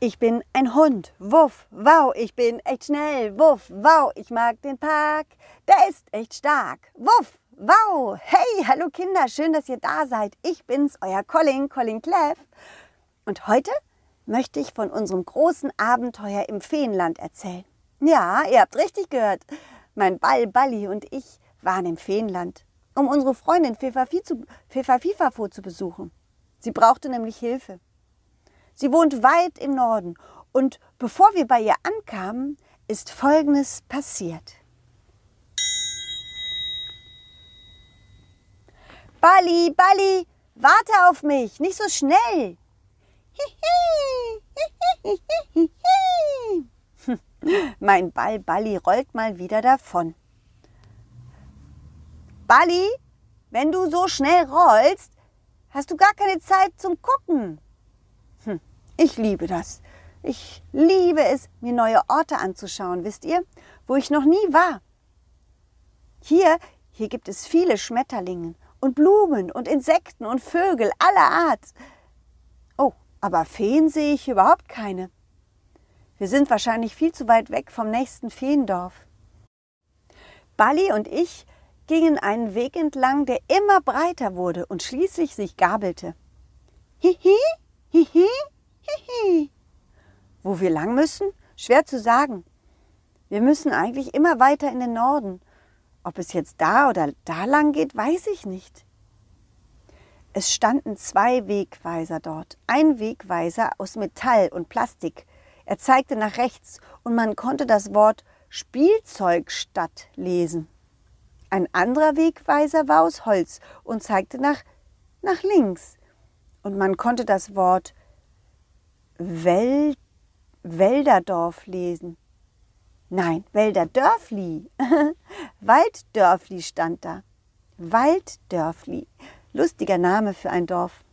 Ich bin ein Hund, wuff, wow, ich bin echt schnell, wuff, wow, ich mag den Park, der ist echt stark, wuff, wow. Hey, hallo Kinder, schön, dass ihr da seid. Ich bin's, euer Colin Cleff. Und heute möchte ich von unserem großen Abenteuer im Feenland erzählen. Ja, ihr habt richtig gehört. Mein Balli und ich waren im Feenland, um unsere Freundin Pfefferfifafo zu besuchen. Sie brauchte nämlich Hilfe. Sie wohnt weit im Norden und bevor wir bei ihr ankamen, ist Folgendes passiert. Balli, warte auf mich, nicht so schnell. Mein Balli rollt mal wieder davon. Balli, wenn du so schnell rollst, hast du gar keine Zeit zum Gucken. Ich liebe das. Ich liebe es, mir neue Orte anzuschauen, wisst ihr, wo ich noch nie war. Hier gibt es viele Schmetterlinge und Blumen und Insekten und Vögel aller Art. Oh, aber Feen sehe ich überhaupt keine. Wir sind wahrscheinlich viel zu weit weg vom nächsten Feendorf. Balli und ich gingen einen Weg entlang, der immer breiter wurde und schließlich sich gabelte. Hihi, hihi. Hihi. Wo wir lang müssen? Schwer zu sagen. Wir müssen eigentlich immer weiter in den Norden. Ob es jetzt da oder da lang geht, weiß ich nicht. Es standen 2 Wegweiser dort. Ein Wegweiser aus Metall und Plastik. Er zeigte nach rechts und man konnte das Wort Spielzeugstadt lesen. Ein anderer Wegweiser war aus Holz und zeigte nach links. Und man konnte das Wort Wälderdorf lesen. Nein, Wälderdörfli. Walddörfli stand da. Walddörfli. Lustiger Name für ein Dorf.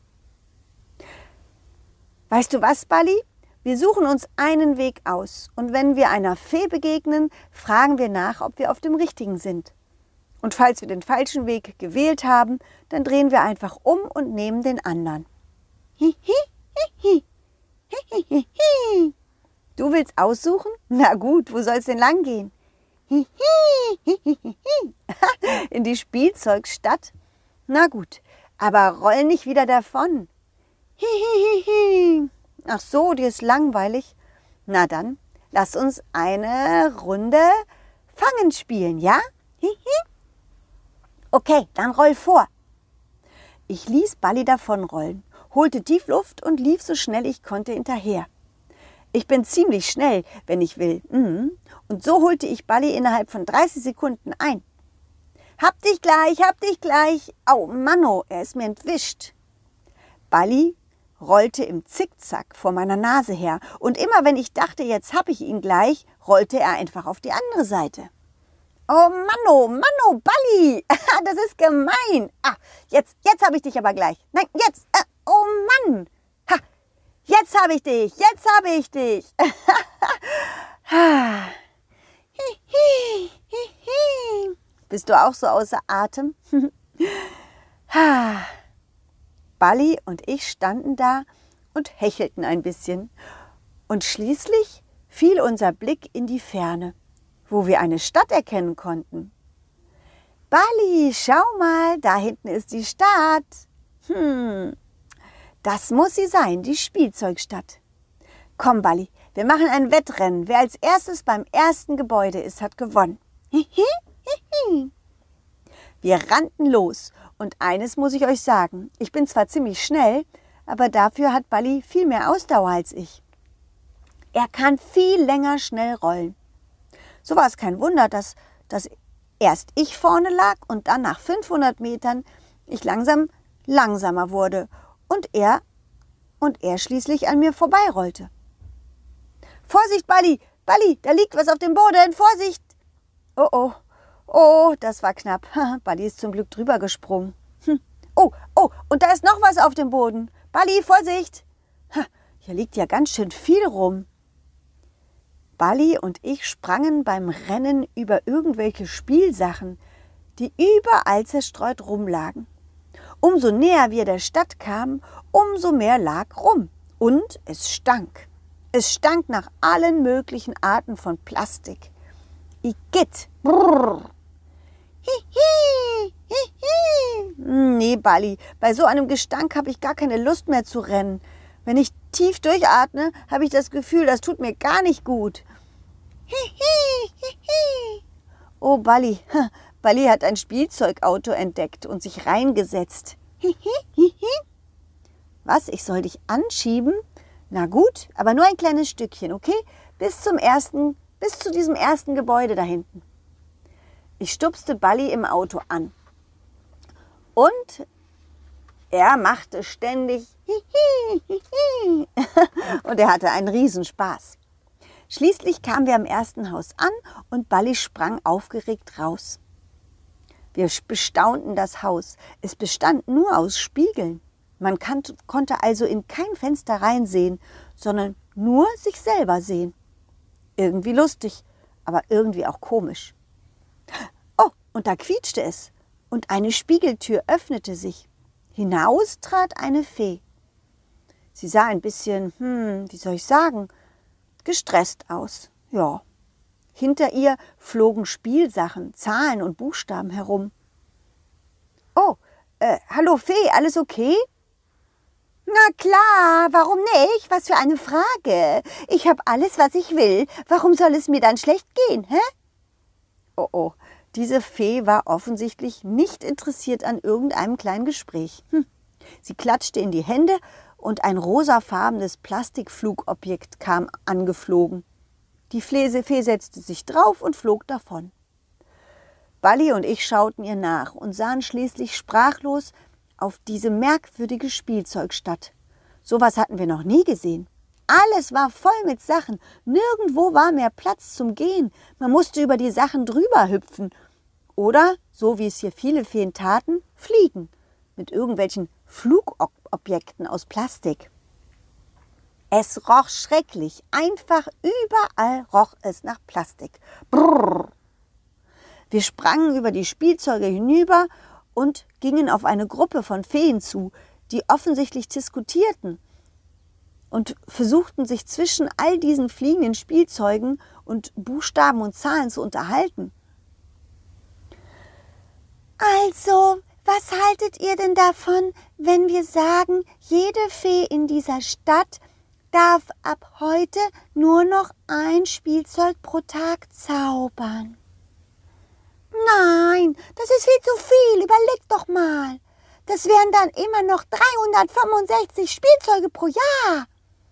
Weißt du was, Balli? Wir suchen uns einen Weg aus und wenn wir einer Fee begegnen, fragen wir nach, ob wir auf dem richtigen sind. Und falls wir den falschen Weg gewählt haben, dann drehen wir einfach um und nehmen den anderen. Hihi, hihi. Hihihihi. Du willst aussuchen? Na gut, wo soll es denn lang gehen? Hihihihi. In die Spielzeugstadt? Na gut, aber roll nicht wieder davon. Hihihihi. Ach so, dir ist langweilig. Na dann, lass uns eine Runde Fangen spielen, ja? Hihi. Okay, dann roll vor. Ich ließ Balli davonrollen, holte tief Luft und lief so schnell ich konnte hinterher. Ich bin ziemlich schnell, wenn ich will. Und so holte ich Balli innerhalb von 30 Sekunden ein. Hab dich gleich. Au, Manno, er ist mir entwischt. Balli rollte im Zickzack vor meiner Nase her. Und immer wenn ich dachte, jetzt hab ich ihn gleich, rollte er einfach auf die andere Seite. Oh, Manno, Balli, das ist gemein. Jetzt habe ich dich aber gleich. Nein, jetzt. Oh Mann! Ha! Jetzt habe ich dich! Bist du auch so außer Atem? Balli und ich standen da und hechelten ein bisschen. Und schließlich fiel unser Blick in die Ferne, wo wir eine Stadt erkennen konnten. Balli, schau mal, da hinten ist die Stadt. Das muss sie sein, die Spielzeugstadt. Komm, Balli, wir machen ein Wettrennen. Wer als erstes beim ersten Gebäude ist, hat gewonnen. Wir rannten los und eines muss ich euch sagen. Ich bin zwar ziemlich schnell, aber dafür hat Balli viel mehr Ausdauer als ich. Er kann viel länger schnell rollen. So war es kein Wunder, dass erst ich vorne lag und dann nach 500 Metern ich langsamer wurde und er schließlich an mir vorbeirollte. Vorsicht, Balli, da liegt was auf dem Boden, Vorsicht! Oh, das war knapp. Balli ist zum Glück drüber gesprungen. Oh, und da ist noch was auf dem Boden. Balli, Vorsicht! Hier liegt ja ganz schön viel rum. Balli und ich sprangen beim Rennen über irgendwelche Spielsachen, die überall zerstreut rumlagen. Umso näher wir der Stadt kamen, umso mehr lag rum. Und es stank. Es stank nach allen möglichen Arten von Plastik. Igitt. Brrr. Hihi, hihi. Nee, Balli, bei so einem Gestank habe ich gar keine Lust mehr zu rennen. Wenn ich tief durchatme, habe ich das Gefühl, das tut mir gar nicht gut. Hihi, hihi. Oh, Balli, Balli hat ein Spielzeugauto entdeckt und sich reingesetzt. Hihi, hihi. Was, ich soll dich anschieben? Na gut, aber nur ein kleines Stückchen, okay? Bis zu diesem ersten Gebäude da hinten. Ich stupste Balli im Auto an. Und er machte ständig hihi, hihi. Und er hatte einen Riesenspaß. Schließlich kamen wir am ersten Haus an und Balli sprang aufgeregt raus. Wir bestaunten das Haus. Es bestand nur aus Spiegeln. Man konnte also in kein Fenster reinsehen, sondern nur sich selber sehen. Irgendwie lustig, aber irgendwie auch komisch. Oh, und da quietschte es und eine Spiegeltür öffnete sich. Hinaus trat eine Fee. Sie sah ein bisschen, wie soll ich sagen, gestresst aus. Ja. Hinter ihr flogen Spielsachen, Zahlen und Buchstaben herum. Oh, hallo Fee, alles okay? Na klar, warum nicht? Was für eine Frage. Ich habe alles, was ich will. Warum soll es mir dann schlecht gehen, hä? Oh, diese Fee war offensichtlich nicht interessiert an irgendeinem kleinen Gespräch. Sie klatschte in die Hände und ein rosafarbenes Plastikflugobjekt kam angeflogen. Die Fee setzte sich drauf und flog davon. Balli und ich schauten ihr nach und sahen schließlich sprachlos auf diese merkwürdige Spielzeugstadt. Sowas hatten wir noch nie gesehen. Alles war voll mit Sachen. Nirgendwo war mehr Platz zum Gehen. Man musste über die Sachen drüber hüpfen. Oder, so wie es hier viele Feen taten, fliegen. Mit irgendwelchen Flugobjekten aus Plastik. Es roch schrecklich. Einfach überall roch es nach Plastik. Brrr. Wir sprangen über die Spielzeuge hinüber und gingen auf eine Gruppe von Feen zu, die offensichtlich diskutierten und versuchten, sich zwischen all diesen fliegenden Spielzeugen und Buchstaben und Zahlen zu unterhalten. Also, was haltet ihr denn davon, wenn wir sagen, jede Fee in dieser Stadt darf ab heute nur noch ein Spielzeug pro Tag zaubern? Nein, das ist viel zu viel. Überleg doch mal. Das wären dann immer noch 365 Spielzeuge pro Jahr.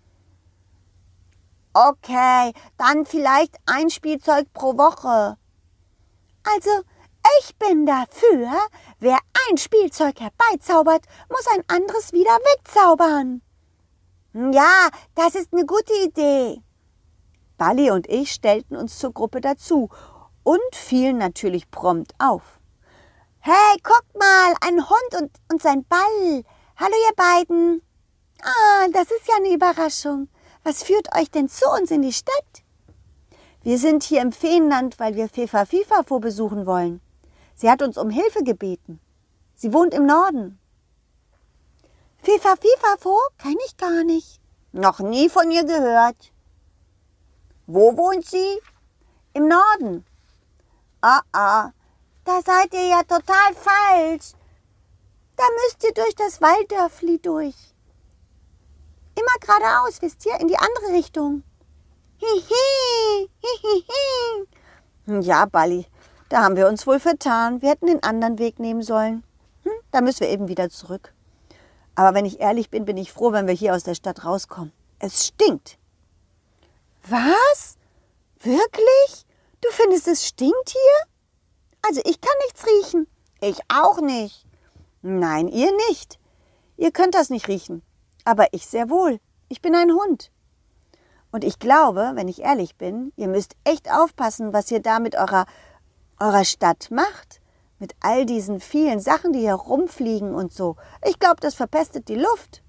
Okay, dann vielleicht ein Spielzeug pro Woche. Also, ich bin dafür, wer ein Spielzeug herbeizaubert, muss ein anderes wieder wegzaubern. Ja, das ist eine gute Idee. Balli und ich stellten uns zur Gruppe dazu und fielen natürlich prompt auf. Hey, guck mal, ein Hund und sein Ball. Hallo ihr beiden. Ah, das ist ja eine Überraschung. Was führt euch denn zu uns in die Stadt? Wir sind hier im Feenland, weil wir Fefa Fifafo besuchen wollen. Sie hat uns um Hilfe gebeten. Sie wohnt im Norden. Fefa Fifafo kenne ich gar nicht. Noch nie von ihr gehört. Wo wohnt sie? Im Norden. Da seid ihr ja total falsch. Da müsst ihr durch das Walddörfli durch. Immer geradeaus, wisst ihr, in die andere Richtung. Hihi, hihihi. Ja, Balli, da haben wir uns wohl vertan. Wir hätten den anderen Weg nehmen sollen. Da müssen wir eben wieder zurück. Aber wenn ich ehrlich bin, bin ich froh, wenn wir hier aus der Stadt rauskommen. Es stinkt. Was? Wirklich? Du findest, es stinkt hier? Also ich kann nichts riechen. Ich auch nicht. Nein, ihr nicht. Ihr könnt das nicht riechen. Aber ich sehr wohl. Ich bin ein Hund. Und ich glaube, wenn ich ehrlich bin, ihr müsst echt aufpassen, was ihr da mit eurer Stadt macht. Mit all diesen vielen Sachen, die hier rumfliegen und so. Ich glaube, das verpestet die Luft.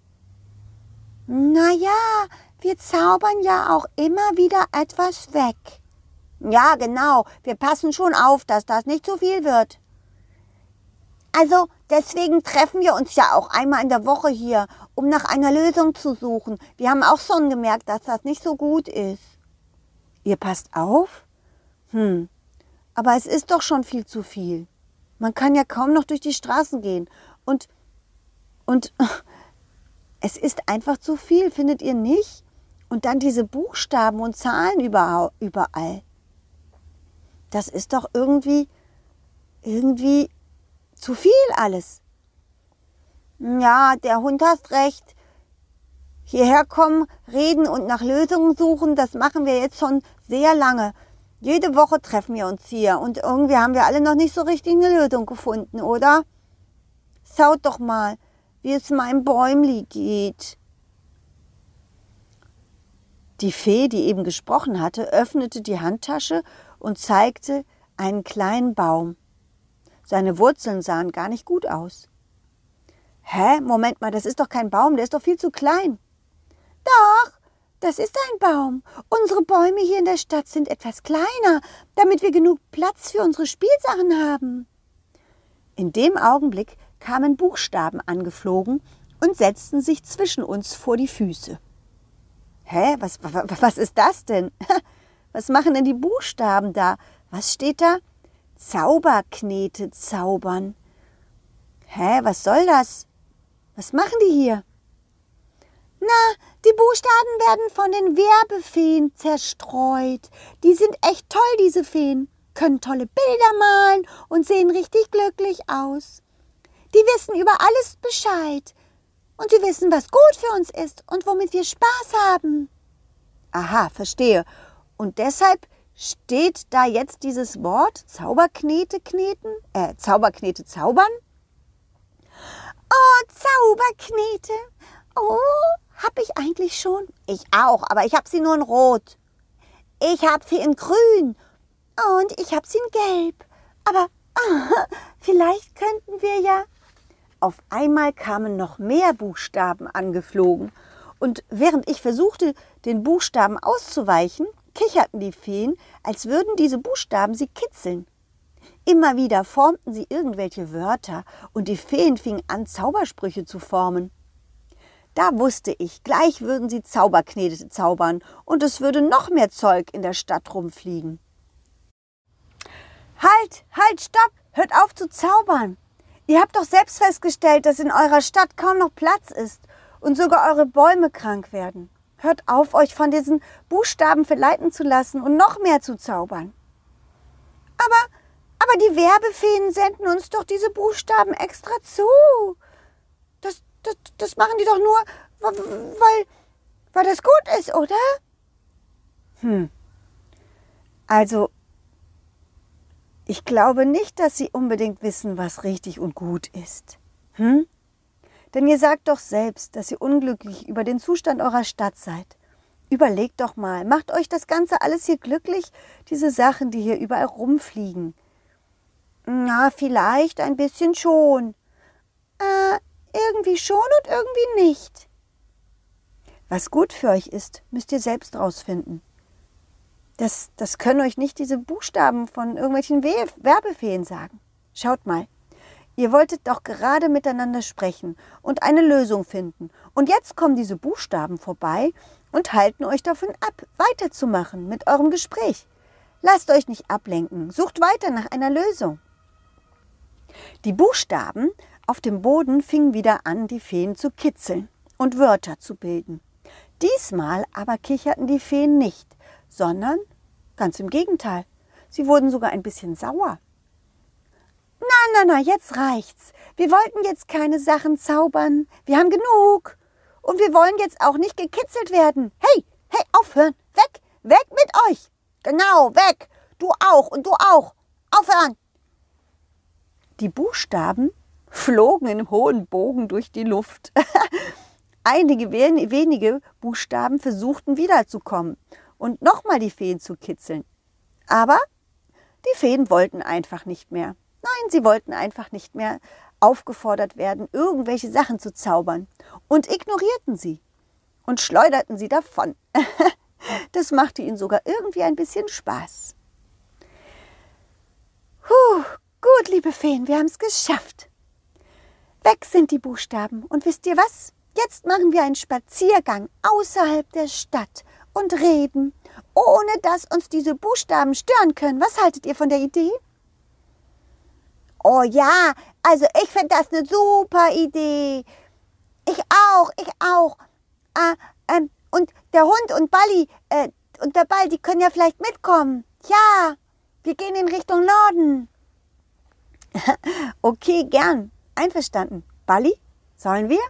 Naja, wir zaubern ja auch immer wieder etwas weg. Ja, genau. Wir passen schon auf, dass das nicht zu viel wird. Also deswegen treffen wir uns ja auch einmal in der Woche hier, um nach einer Lösung zu suchen. Wir haben auch schon gemerkt, dass das nicht so gut ist. Ihr passt auf? Aber es ist doch schon viel zu viel. Man kann ja kaum noch durch die Straßen gehen. Und es ist einfach zu viel, findet ihr nicht? Und dann diese Buchstaben und Zahlen überall. Das ist doch irgendwie zu viel alles. Ja, der Hund hat recht. Hierher kommen, reden und nach Lösungen suchen, das machen wir jetzt schon sehr lange. Jede Woche treffen wir uns hier und irgendwie haben wir alle noch nicht so richtig eine Lösung gefunden, oder? Schaut doch mal, wie es meinem Bäumli geht. Die Fee, die eben gesprochen hatte, öffnete die Handtasche und zeigte einen kleinen Baum. Seine Wurzeln sahen gar nicht gut aus. Hä? Moment mal, das ist doch kein Baum, der ist doch viel zu klein. Doch, das ist ein Baum. Unsere Bäume hier in der Stadt sind etwas kleiner, damit wir genug Platz für unsere Spielsachen haben. In dem Augenblick kamen Buchstaben angeflogen und setzten sich zwischen uns vor die Füße. Hä? Was ist das denn? Was machen denn die Buchstaben da? Was steht da? Zauberknete zaubern. Hä, was soll das? Was machen die hier? Na, die Buchstaben werden von den Werbefeen zerstreut. Die sind echt toll, diese Feen. Können tolle Bilder malen und sehen richtig glücklich aus. Die wissen über alles Bescheid. Und sie wissen, was gut für uns ist und womit wir Spaß haben. Aha, verstehe. Und deshalb steht da jetzt dieses Wort Zauberknete zaubern? Oh, Zauberknete. Oh, hab ich eigentlich schon? Ich auch, aber ich hab sie nur in Rot. Ich hab sie in Grün und ich hab sie in Gelb. Aber vielleicht könnten wir ja... Auf einmal kamen noch mehr Buchstaben angeflogen. Und während ich versuchte, den Buchstaben auszuweichen, kicherten die Feen, als würden diese Buchstaben sie kitzeln. Immer wieder formten sie irgendwelche Wörter und die Feen fingen an, Zaubersprüche zu formen. Da wusste ich, gleich würden sie Zauberknete zaubern und es würde noch mehr Zeug in der Stadt rumfliegen. Halt, stopp! Hört auf zu zaubern! Ihr habt doch selbst festgestellt, dass in eurer Stadt kaum noch Platz ist und sogar eure Bäume krank werden. Hört auf, euch von diesen Buchstaben verleiten zu lassen und noch mehr zu zaubern. Aber die Werbefeen senden uns doch diese Buchstaben extra zu. Das machen die doch nur, weil das gut ist, oder? Also, ich glaube nicht, dass sie unbedingt wissen, was richtig und gut ist. Denn ihr sagt doch selbst, dass ihr unglücklich über den Zustand eurer Stadt seid. Überlegt doch mal, macht euch das Ganze alles hier glücklich, diese Sachen, die hier überall rumfliegen? Na, vielleicht ein bisschen schon. Irgendwie schon und irgendwie nicht. Was gut für euch ist, müsst ihr selbst rausfinden. Das können euch nicht diese Buchstaben von irgendwelchen Werbefeen sagen. Schaut mal, ihr wolltet doch gerade miteinander sprechen und eine Lösung finden. Und jetzt kommen diese Buchstaben vorbei und halten euch davon ab, weiterzumachen mit eurem Gespräch. Lasst euch nicht ablenken, sucht weiter nach einer Lösung. Die Buchstaben auf dem Boden fingen wieder an, die Feen zu kitzeln und Wörter zu bilden. Diesmal aber kicherten die Feen nicht, sondern ganz im Gegenteil. Sie wurden sogar ein bisschen sauer. Na, jetzt reicht's. Wir wollten jetzt keine Sachen zaubern. Wir haben genug. Und wir wollen jetzt auch nicht gekitzelt werden. Hey, aufhören. Weg mit euch. Genau, weg. Du auch und du auch. Aufhören. Die Buchstaben flogen in hohen Bogen durch die Luft. Einige wenige Buchstaben versuchten wiederzukommen und nochmal die Feen zu kitzeln. Aber die Feen wollten einfach nicht mehr. Nein, sie wollten einfach nicht mehr aufgefordert werden, irgendwelche Sachen zu zaubern und ignorierten sie und schleuderten sie davon. Das machte ihnen sogar irgendwie ein bisschen Spaß. Gut, liebe Feen, wir haben es geschafft. Weg sind die Buchstaben. Und wisst ihr was? Jetzt machen wir einen Spaziergang außerhalb der Stadt und reden, ohne dass uns diese Buchstaben stören können. Was haltet ihr von der Idee? Oh ja, also ich finde das eine super Idee. Ich auch. Und der Hund und Balli und der Ball, die können ja vielleicht mitkommen. Ja, wir gehen in Richtung Norden. Okay, gern. Einverstanden. Balli, sollen wir?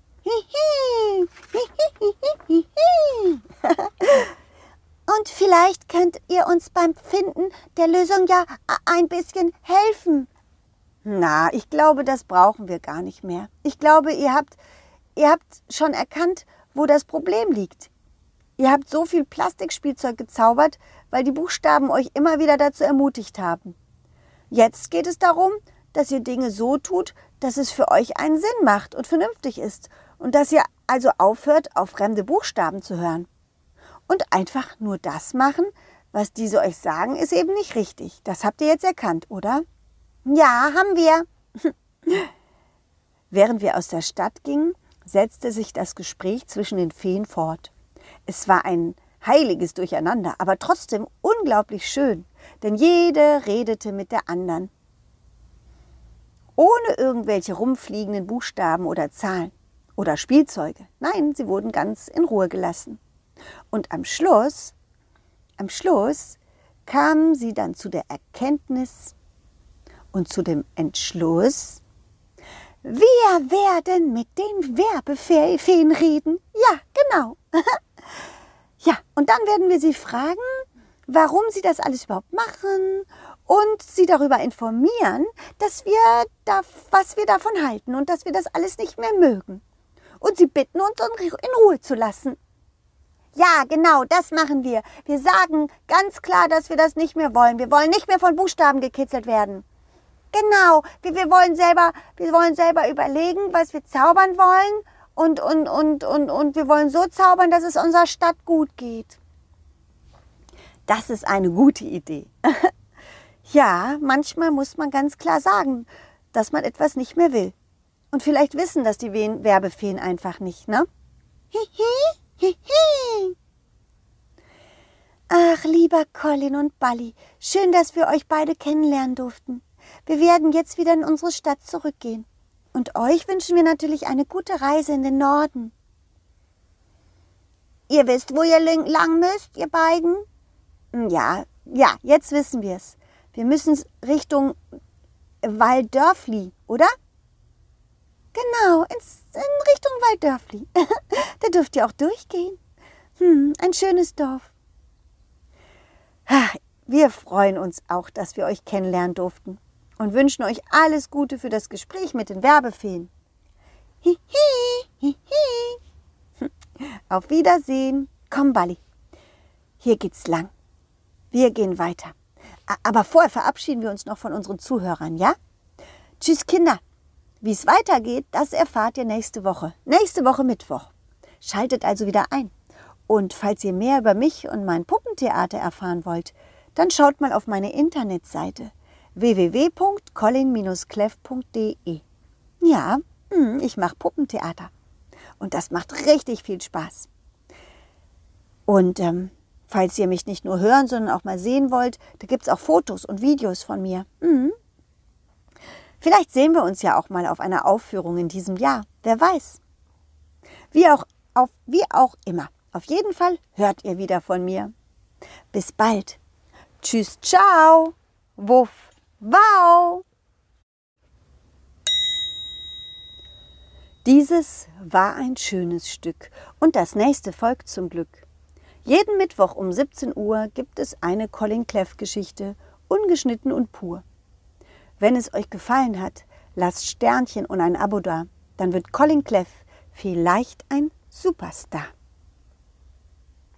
Und vielleicht könnt ihr uns beim Finden der Lösung ja ein bisschen helfen. Na, ich glaube, das brauchen wir gar nicht mehr. Ich glaube, ihr habt schon erkannt, wo das Problem liegt. Ihr habt so viel Plastikspielzeug gezaubert, weil die Buchstaben euch immer wieder dazu ermutigt haben. Jetzt geht es darum, dass ihr Dinge so tut, dass es für euch einen Sinn macht und vernünftig ist und dass ihr also aufhört, auf fremde Buchstaben zu hören. Und einfach nur das machen, was diese euch sagen, ist eben nicht richtig. Das habt ihr jetzt erkannt, oder? Ja, haben wir. Während wir aus der Stadt gingen, setzte sich das Gespräch zwischen den Feen fort. Es war ein heiliges Durcheinander, aber trotzdem unglaublich schön, denn jede redete mit der anderen. Ohne irgendwelche rumfliegenden Buchstaben oder Zahlen oder Spielzeuge. Nein, sie wurden ganz in Ruhe gelassen. Und am Schluss kamen sie dann zu der Erkenntnis und zu dem Entschluss, wir werden mit den Werbefeen reden. Ja, genau. Ja, und dann werden wir sie fragen, warum sie das alles überhaupt machen und sie darüber informieren, was wir davon halten und dass wir das alles nicht mehr mögen. Und sie bitten uns, in Ruhe zu lassen. Ja, genau, das machen wir. Wir sagen ganz klar, dass wir das nicht mehr wollen. Wir wollen nicht mehr von Buchstaben gekitzelt werden. Genau, wir wollen selber überlegen, was wir zaubern wollen und wir wollen so zaubern, dass es unserer Stadt gut geht. Das ist eine gute Idee. Ja, manchmal muss man ganz klar sagen, dass man etwas nicht mehr will. Und vielleicht wissen das die Werbefeen einfach nicht, ne? Ach, lieber Colin und Balli, schön, dass wir euch beide kennenlernen durften. Wir werden jetzt wieder in unsere Stadt zurückgehen. Und euch wünschen wir natürlich eine gute Reise in den Norden. Ihr wisst, wo ihr lang müsst, ihr beiden? Ja, jetzt wissen wir es. Wir müssen Richtung Waldörfli, oder? Genau, in Richtung Waldörfli. Da dürft ihr auch durchgehen. Ein schönes Dorf. Wir freuen uns auch, dass wir euch kennenlernen durften und wünschen euch alles Gute für das Gespräch mit den Werbefeen. Auf Wiedersehen. Komm, Balli. Hier geht's lang. Wir gehen weiter. Aber vorher verabschieden wir uns noch von unseren Zuhörern, ja? Tschüss, Kinder. Wie es weitergeht, das erfahrt ihr nächste Woche. Nächste Woche Mittwoch. Schaltet also wieder ein. Und falls ihr mehr über mich und mein Puppentheater erfahren wollt, dann schaut mal auf meine Internetseite www.colin-cleff.de. Ja, ich mache Puppentheater. Und das macht richtig viel Spaß. Und falls ihr mich nicht nur hören, sondern auch mal sehen wollt, da gibt es auch Fotos und Videos von mir. Vielleicht sehen wir uns ja auch mal auf einer Aufführung in diesem Jahr. Wer weiß. Wie auch immer. Auf jeden Fall hört ihr wieder von mir. Bis bald. Tschüss, ciao. Wuff, wow. Dieses war ein schönes Stück und das nächste folgt zum Glück. Jeden Mittwoch um 17 Uhr gibt es eine Colin Cleff-Geschichte, ungeschnitten und pur. Wenn es euch gefallen hat, lasst Sternchen und ein Abo da. Dann wird Colin Cleff vielleicht ein Superstar.